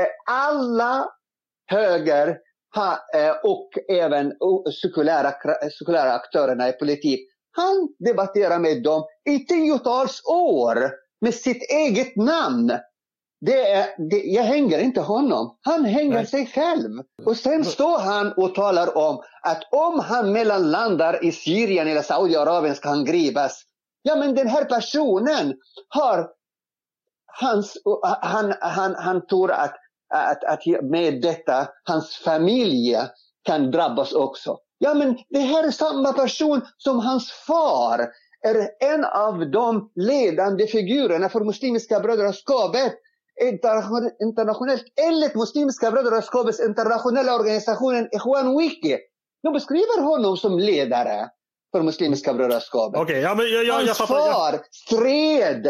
alla höger ha, eh, och även uh, sekulära, sekulära aktörerna i politik. Han debatterar med dem i tiotals år med sitt eget namn. Det är, det, jag hänger inte honom. Han hänger Nej. sig själv. Och sen står han och talar om att om han mellanlandar i Syrien eller Saudiarabien ska han gripas. Ja, men den här personen har hans, han, han, han tror att, att, att med detta hans familj kan drabbas också. Ja, men det här är samma person som hans far är en av de ledande figurerna för Muslimska brödraskapet internationellt, enligt Muslimska brödraskapets internationella organisationen Ikhwan Wiki. De beskriver honom som ledare för Muslimska brödraskapet. Okay, ja, men jag, jag, Hans jag fattar, far jag... stred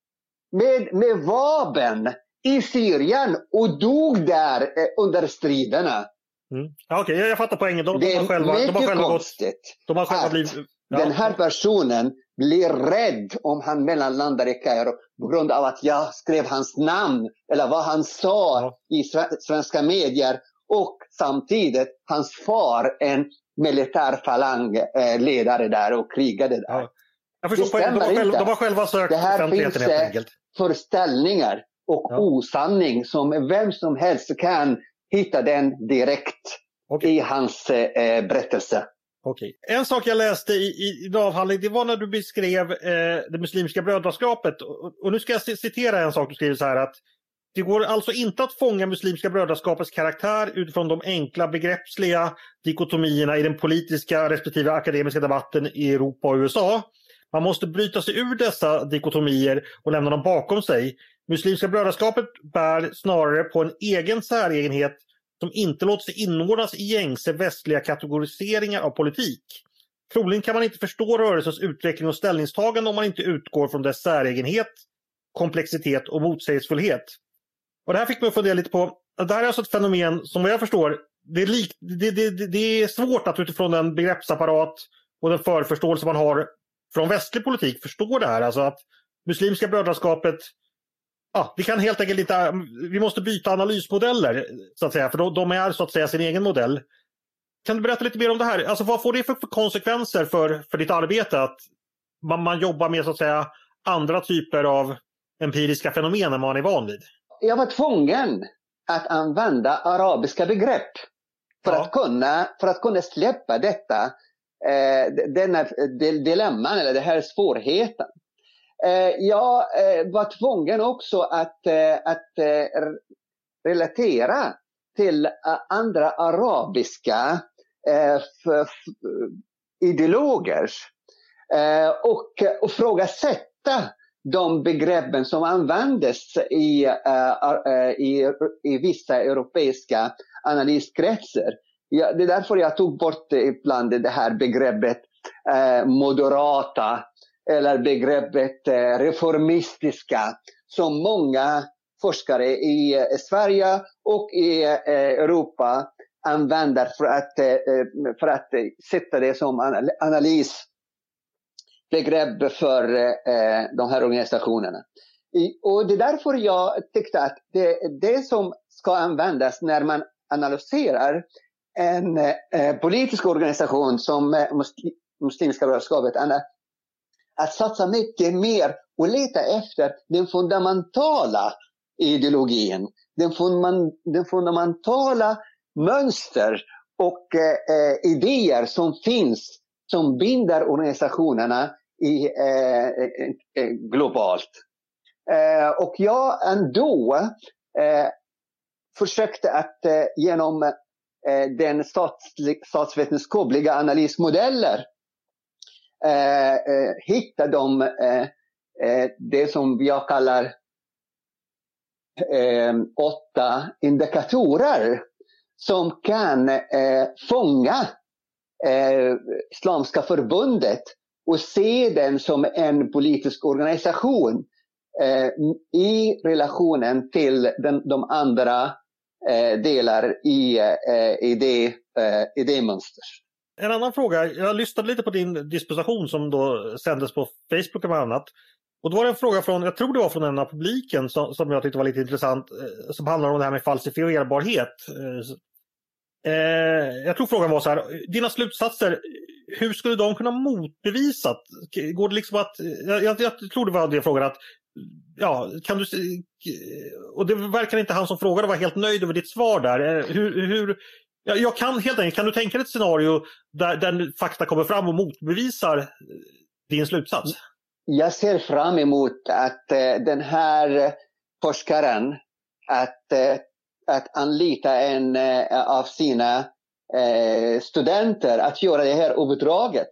med, med vapen i Syrien och dog där eh, under striderna. Mm. Ja, Okej, okay, jag fattar poängen. De, det de är har själva, mycket de har själva konstigt gått, de har själva att blivit, ja. den här personen blir rädd om han mellanlandar i Kairo på grund av att jag skrev hans namn eller vad han sa ja. i svenska medier, och samtidigt hans far en militär falangledare där och krigade där. Ja. Jag förstår, de, har själva, de har själva sökt det här finns helt enkelt. Förställningar och ja. osanning som vem som helst kan hitta den direkt okay. i hans eh, berättelse. Okej. En sak jag läste i, i, i avhandling, det var när du beskrev eh, det muslimska brödraskapet. Och, och nu ska jag citera en sak du skriver så här att det går alltså inte att fånga muslimska brödraskapets karaktär utifrån de enkla begreppsliga dikotomierna i den politiska respektive akademiska debatten i Europa och U S A. Man måste bryta sig ur dessa dikotomier och lämna dem bakom sig. Muslimska brödraskapet bär snarare på en egen säregenhet som inte låter sig inordnas i gängse västliga kategoriseringar av politik. Troligen kan man inte förstå rörelsens utveckling och ställningstagande om man inte utgår från dess säregenhet, komplexitet och motsägelsefullhet. Och det här fick mig att fundera lite på, det här är alltså ett fenomen som vad jag förstår, det är, lik, det, det, det är svårt att utifrån den begreppsapparat och den förförståelse man har från västlig politik förstå det här. Alltså att muslimska brödraskapet, ja, vi kan helt enkelt inte, vi måste byta analysmodeller så att säga, för de, de är så att säga sin egen modell. Kan du berätta lite mer om det här? Alltså vad får det för, för konsekvenser för, för ditt arbete att man, man jobbar med så att säga andra typer av empiriska fenomen än man är van vid? Jag var tvungen att använda arabiska begrepp för, Ja. att, kunna, för att kunna släppa detta, eh, denna dilemman eller den här svårigheten. Eh, jag eh, var tvungen också att, eh, att eh, relatera till uh, andra arabiska uh, f- f- ideologer uh, och ifrågasätta de begreppen som användes i, uh, uh, i, i vissa europeiska analyskretsar. Ja, det är därför jag tog bort ibland det här begreppet uh, moderata eller begreppet uh, reformistiska som många forskare i Sverige och i Europa använder för att, för att sätta det som analysbegrepp för de här organisationerna. Och det är därför jag tyckte att det, det som ska användas när man analyserar en politisk organisation som Muslimska brödraskapet, att satsa mycket mer och leta efter den fundamentala ideologin, den, fund, den fundamentala mönster och eh, idéer som finns som binder organisationerna i, eh, eh, globalt. Eh, och jag ändå eh, försökte att eh, genom eh, den stats, statsvetenskapliga analysmodeller eh, eh, hitta de, eh, eh, det som jag kallar Eh, åtta indikatorer som kan eh, fånga eh, Islamska förbundet och se den som en politisk organisation eh, i relationen till den, de andra eh, delar i, eh, i, det, eh, i det mönster. En annan fråga, jag lyssnade lite på din disposition som då sändes på Facebook och annat. Och då var det en fråga från, jag tror det var från en av publiken som, som jag tyckte var lite intressant, eh, som handlar om det här med falsifierbarhet. Eh, jag tror frågan var så här, dina slutsatser, hur skulle de kunna motbevisa? Går det liksom att, jag, jag, jag tror det var det frågan att, ja, kan du, och det verkar inte han som frågade var helt nöjd över ditt svar där. Hur, hur jag, jag kan helt enkelt, kan du tänka dig ett scenario där, där fakta kommer fram och motbevisar din slutsats? Jag ser fram emot att eh, den här forskaren att, eh, att anlita en eh, av sina eh, studenter att göra det här uppdraget.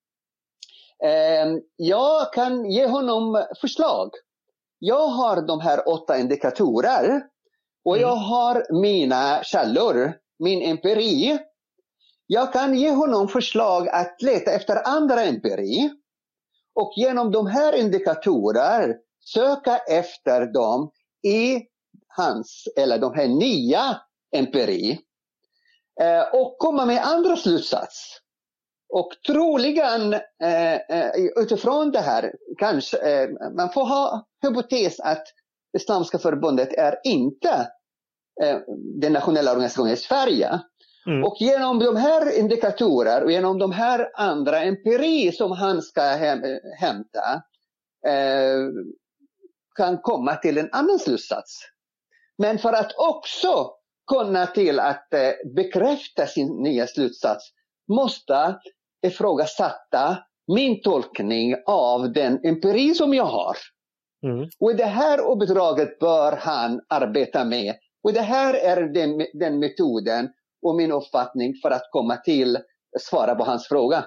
Eh, jag kan ge honom förslag. Jag har de här åtta indikatorer och mm. jag har mina källor, min empiri. Jag kan ge honom förslag att leta efter andra empiri. Och genom de här indikatorer söka efter dem i hans eller de här nya empiri. Eh, och komma med andra slutsats. Och troligen eh, utifrån det här kanske eh, man får ha hypotes att Islamska förbundet är inte eh, den nationella organisationen i Sverige. Mm. Och genom de här indikatorer och genom de här andra empiri som han ska häm- hämta eh, kan komma till en annan slutsats. Men för att också kunna till att eh, bekräfta sin nya slutsats måste ifrågasätta min tolkning av den empiri som jag har. Mm. Och det här uppdraget bör han arbeta med. Och det här är den, den metoden och min uppfattning för att komma till svara på hans fråga.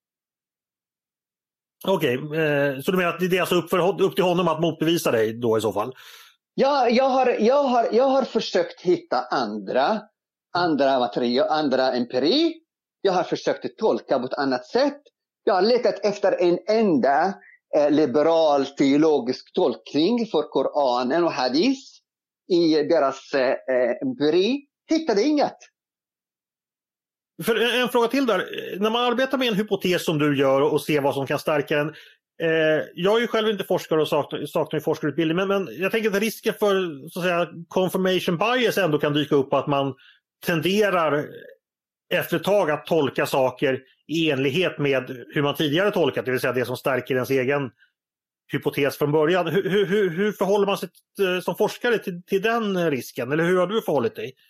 Okej, okay, så du menar att det är alltså upp, för, upp till honom att motbevisa dig då i så fall? Ja, jag har, jag har, jag har försökt hitta andra, andra material, andra empiri. Jag har försökt tolka på ett annat sätt. Jag har letat efter en enda eh, liberal teologisk tolkning för Koranen och Hadith i deras eh, empiri. Hittade inget. För en, en fråga till där. När man arbetar med en hypotes som du gör och ser vad som kan stärka den. Eh, jag är ju själv inte forskare och saknar, saknar forskarutbildning. Men, men jag tänker att risken för så att säga, confirmation bias ändå kan dyka upp. Att man tenderar efter ett tag att tolka saker i enlighet med hur man tidigare tolkat. Det vill säga det som stärker ens egen hypotes från början. Hur, hur, hur förhåller man sig t- som forskare till, till den risken? Eller hur har du förhållit dig?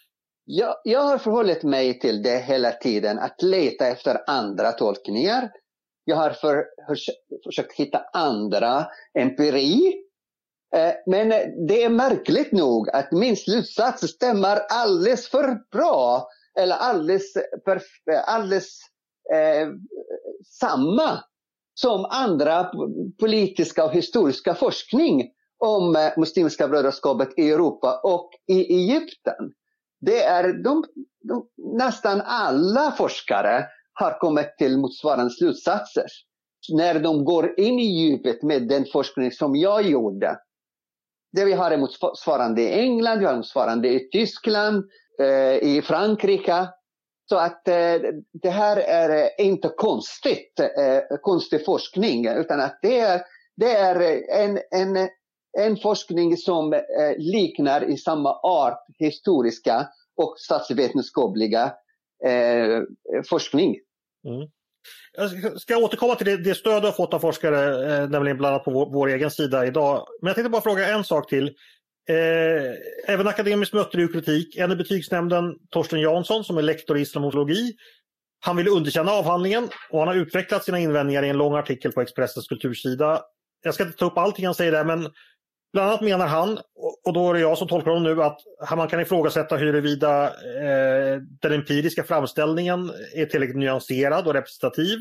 Jag, jag har förhållit mig till det hela tiden, att leta efter andra tolkningar. Jag har för, för, försökt hitta andra empiri. Eh, men det är märkligt nog att min slutsats stämmer alldeles för bra. Eller alldeles, för, alldeles eh, samma som andra politiska och historiska forskning om eh, muslimska brödraskapet i Europa och i Egypten. Det är de, de, nästan alla forskare har kommit till motsvarande slutsatser när de går in i djupet med den forskning som jag gjorde. Det vi har är motsvarande i England, vi har motsvarande i Tyskland, eh, i Frankrike. Så att eh, det här är inte konstigt, eh, konstig forskning, utan att det är, det är en, en, en forskning som eh, liknar i samma art historiska och statsvetenskapliga eh, forskning. Mm. Jag ska återkomma till det, det stöd du har fått av forskare, eh, nämligen bland annat på vår, vår egen sida idag. Men jag tänkte bara fråga en sak till. Eh, även akademiskt möter du kritik. En i betygsnämnden, Torsten Jansson, som är lektor i islamologi. Han ville underkänna avhandlingen och han har utvecklat sina invändningar i en lång artikel på Expressens kultursida. Jag ska inte ta upp allting han säger där, men bland annat menar han, och då är det jag som tolkar honom nu, att man kan ifrågasätta huruvida eh, den empiriska framställningen är tillräckligt nyanserad och representativ.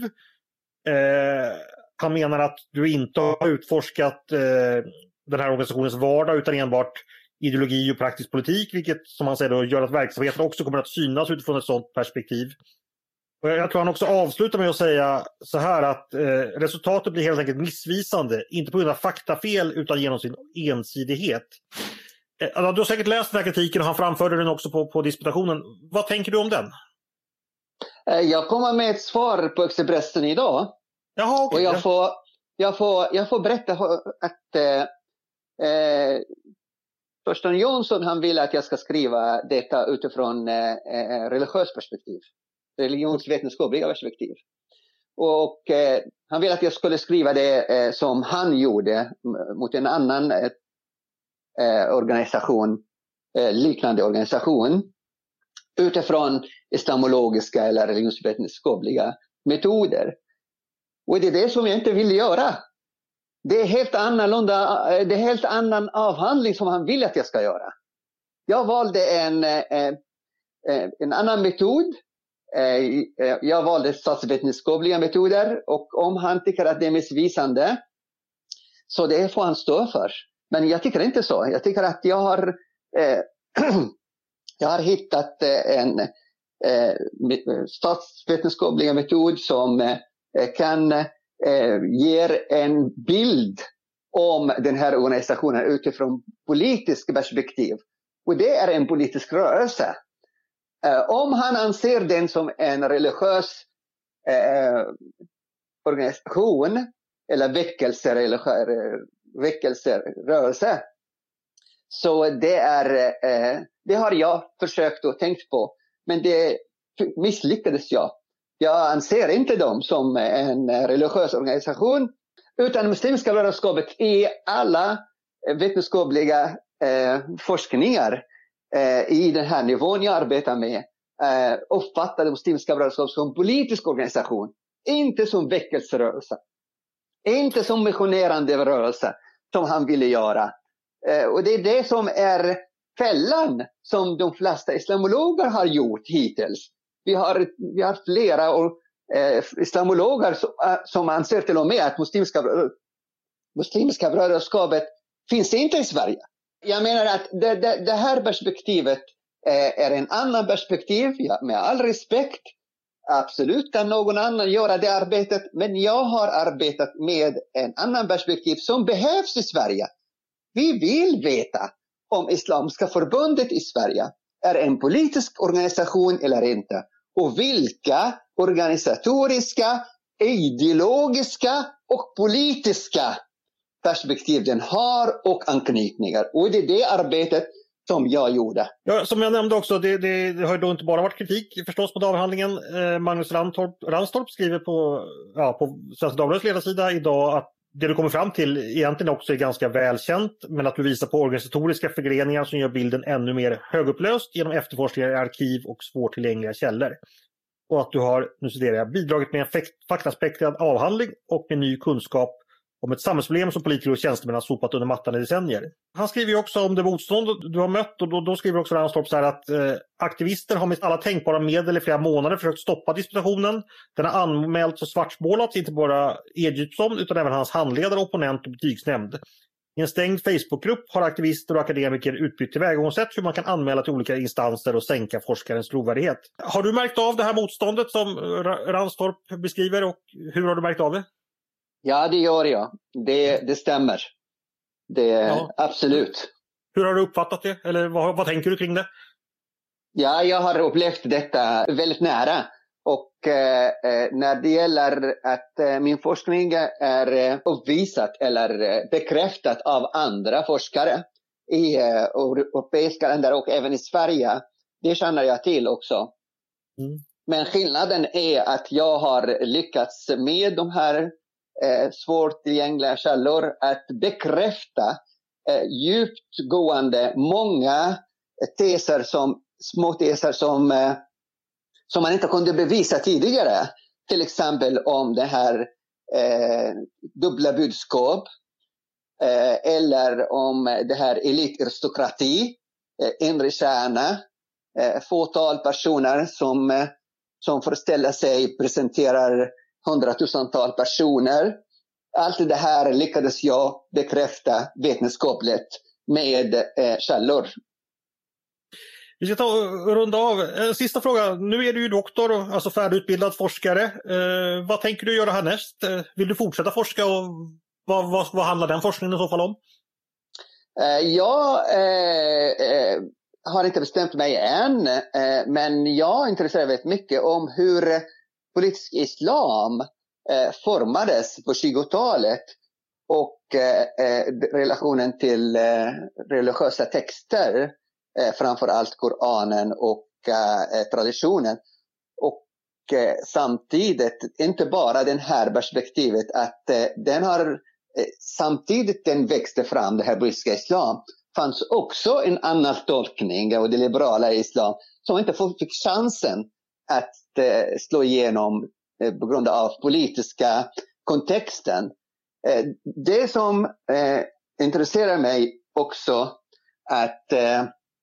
Eh, han menar att du inte har utforskat eh, den här organisationens vardag utan enbart ideologi och praktisk politik, vilket som han säger då gör att verksamheten också kommer att synas utifrån ett sådant perspektiv. Och jag tror han också avslutar med att säga så här att eh, resultatet blir helt enkelt missvisande, inte på grund av faktafel utan genom sin ensidighet. Eh, du har säkert läst den här kritiken och han framförde den också på, på disputationen. Vad tänker du om den? Jag kommer med ett svar på Expressen idag. Jaha, okay. Och jag får, jag, får, jag får berätta att eh, Torsten Jansson, han vill att jag ska skriva detta utifrån eh, religiös perspektiv. Religionsvetenskapliga perspektiv. Och eh, han vill att jag skulle skriva det eh, som han gjorde mot en annan eh, organisation, eh, liknande organisation, utifrån islamologiska eller religionsvetenskapliga metoder. Och det är det som jag inte vill göra. Det är helt annorlunda, det är helt annan avhandling som han vill att jag ska göra. Jag valde en, eh, en annan metod. Jag valde statsvetenskapliga metoder, och om han tycker att det är missvisande så det får han stå för. Men jag tycker inte så. Jag tycker att jag har eh, jag har hittat en eh, statsvetenskapliga metod som eh, kan eh, ge en bild om den här organisationen utifrån politisk perspektiv. Och det är en politisk rörelse. Uh, om han anser den som en religiös uh, organisation eller väckelse, religiö- väckelserörelse, så det, är, uh, det har jag försökt och tänkt på, men det misslyckades jag. Jag anser inte dem som en religiös organisation, utan muslimska brödraskapet i alla vetenskapliga uh, forskningar i den här nivån jag arbetar med eh, uppfattar det muslimska brödraskapet som politisk organisation, inte som väckelserörelse, inte som missionerande rörelse som han ville göra. Eh, och det är det som är fällan som de flesta islamologer har gjort hittills. Vi har, vi har flera och, eh, islamologer som, som anser till och med att muslimska, muslimska brödraskapet finns inte i Sverige. Jag menar att det, det, det här perspektivet är, är en annan perspektiv, ja, med all respekt. Absolut kan någon annan göra det arbetet, men jag har arbetat med en annan perspektiv som behövs i Sverige. Vi vill veta om Islamiska förbundet i Sverige är en politisk organisation eller inte. Och vilka organisatoriska, ideologiska och politiska perspektiv den har och anknytningar. Och det är det arbetet som jag gjorde. Ja, som jag nämnde också, det, det, det har då inte bara varit kritik förstås på avhandlingen. Eh, Magnus Ranstorp, Ranstorp skriver på, ja, på Svenska Dagbladets ledarsida idag att det du kommer fram till egentligen också är ganska välkänt, men att du visar på organisatoriska förgreningar som gör bilden ännu mer högupplöst genom efterforskningar i arkiv och svårtillgängliga källor. Och att du har, nu citerar jag, bidragit med en faktaspektrad avhandling och med ny kunskap om ett samhällsproblem som politiker och tjänstemän har sopat under mattan i decennier. Han skriver ju också om det motstånd du har mött, och då, då skriver också Ranstorp så här att eh, aktivister har med alla tänkbara medel i flera månader försökt stoppa disputationen. Den har anmälts och svartmålats inte bara Egyptsson utan även hans handledare, opponent och betygsnämnd. I en stängd Facebookgrupp har aktivister och akademiker utbytt tillvägagångssätt hur man kan anmäla till olika instanser och sänka forskarens trovärdighet. Har du märkt av det här motståndet som Ranstorp beskriver, och hur har du märkt av det? Ja, det gör jag. Det, det stämmer. Det, ja. Absolut. Hur har du uppfattat det? Eller vad, vad tänker du kring det? Ja, jag har upplevt detta väldigt nära. Och eh, när det gäller att eh, min forskning är eh, uppvisat eller eh, bekräftat av andra forskare i eh, europeiska länder och även i Sverige, det känner jag till också. Mm. Men skillnaden är att jag har lyckats med de här Eh, svårt tillgängliga källor att bekräfta eh, djupgående många teser som, små teser som, eh, som man inte kunde bevisa tidigare. Till exempel om det här eh, dubbla budskap eh, eller om det här elitaristokrati, eh, inre kärna, eh, fåtal personer som, eh, som föreställer sig presenterar hundratusental personer. Allt det här lyckades jag bekräfta vetenskapligt med eh, källor. Vi ska ta och runda av. En sista fråga. Nu är du ju doktor, alltså färdigutbildad forskare. Eh, vad tänker du göra härnäst? Vill du fortsätta forska, och vad, vad, vad handlar den forskningen i så fall om? Eh, jag eh, eh, har inte bestämt mig än, eh, men jag är intresserad väldigt mycket om hur politisk islam eh, formades på tjugotalet och eh, relationen till eh, religiösa texter, eh, framförallt Koranen och eh, traditionen. Och eh, samtidigt, inte bara det här perspektivet att eh, den har, eh, samtidigt den växte fram, det här politiska islam, fanns också en annan tolkning av det liberala islam som inte fick chansen att eh, slå igenom eh, på grund av politiska kontexten. Eh, det som eh, intresserar mig också att eh,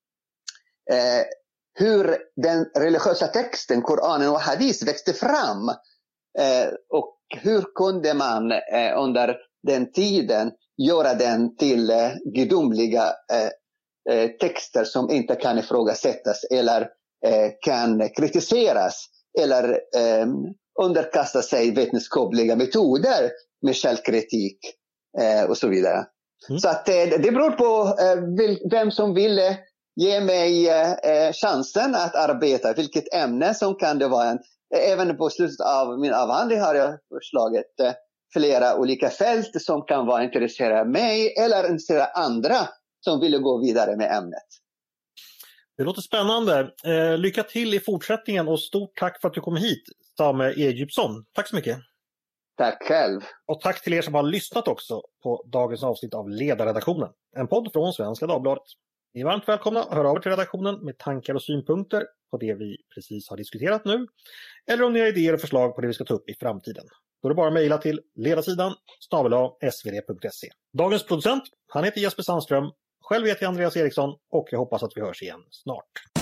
eh, hur den religiösa texten, Koranen och Hadith, växte fram. Eh, och hur kunde man eh, under den tiden göra den till eh, gudomliga eh, eh, texter som inte kan ifrågasättas eller kan kritiseras eller eh, underkasta sig vetenskapliga metoder med källkritik eh, och så vidare. Mm. Så att eh, det beror på eh, vem som vill ge mig eh, chansen att arbeta, vilket ämne som kan det vara. En, även på slutet av min avhandling har jag förslagit eh, flera olika fält som kan vara intresserade mig eller intresserade andra som vill gå vidare med ämnet. Det låter spännande. Eh, lycka till i fortsättningen, och stort tack för att du kom hit, Same Egyptsson. Tack så mycket. Tack själv. Och tack till er som har lyssnat också på dagens avsnitt av Ledarredaktionen, en podd från Svenska Dagbladet. Ni är varmt välkomna att höra av er till redaktionen med tankar och synpunkter på det vi precis har diskuterat nu, eller om ni har idéer och förslag på det vi ska ta upp i framtiden. Då är det bara att mejla till ledarsidan snabel-a s v d punkt se. Dagens producent, han heter Jesper Sandström. Själv heter jag Andreas Eriksson, och jag hoppas att vi hörs igen snart.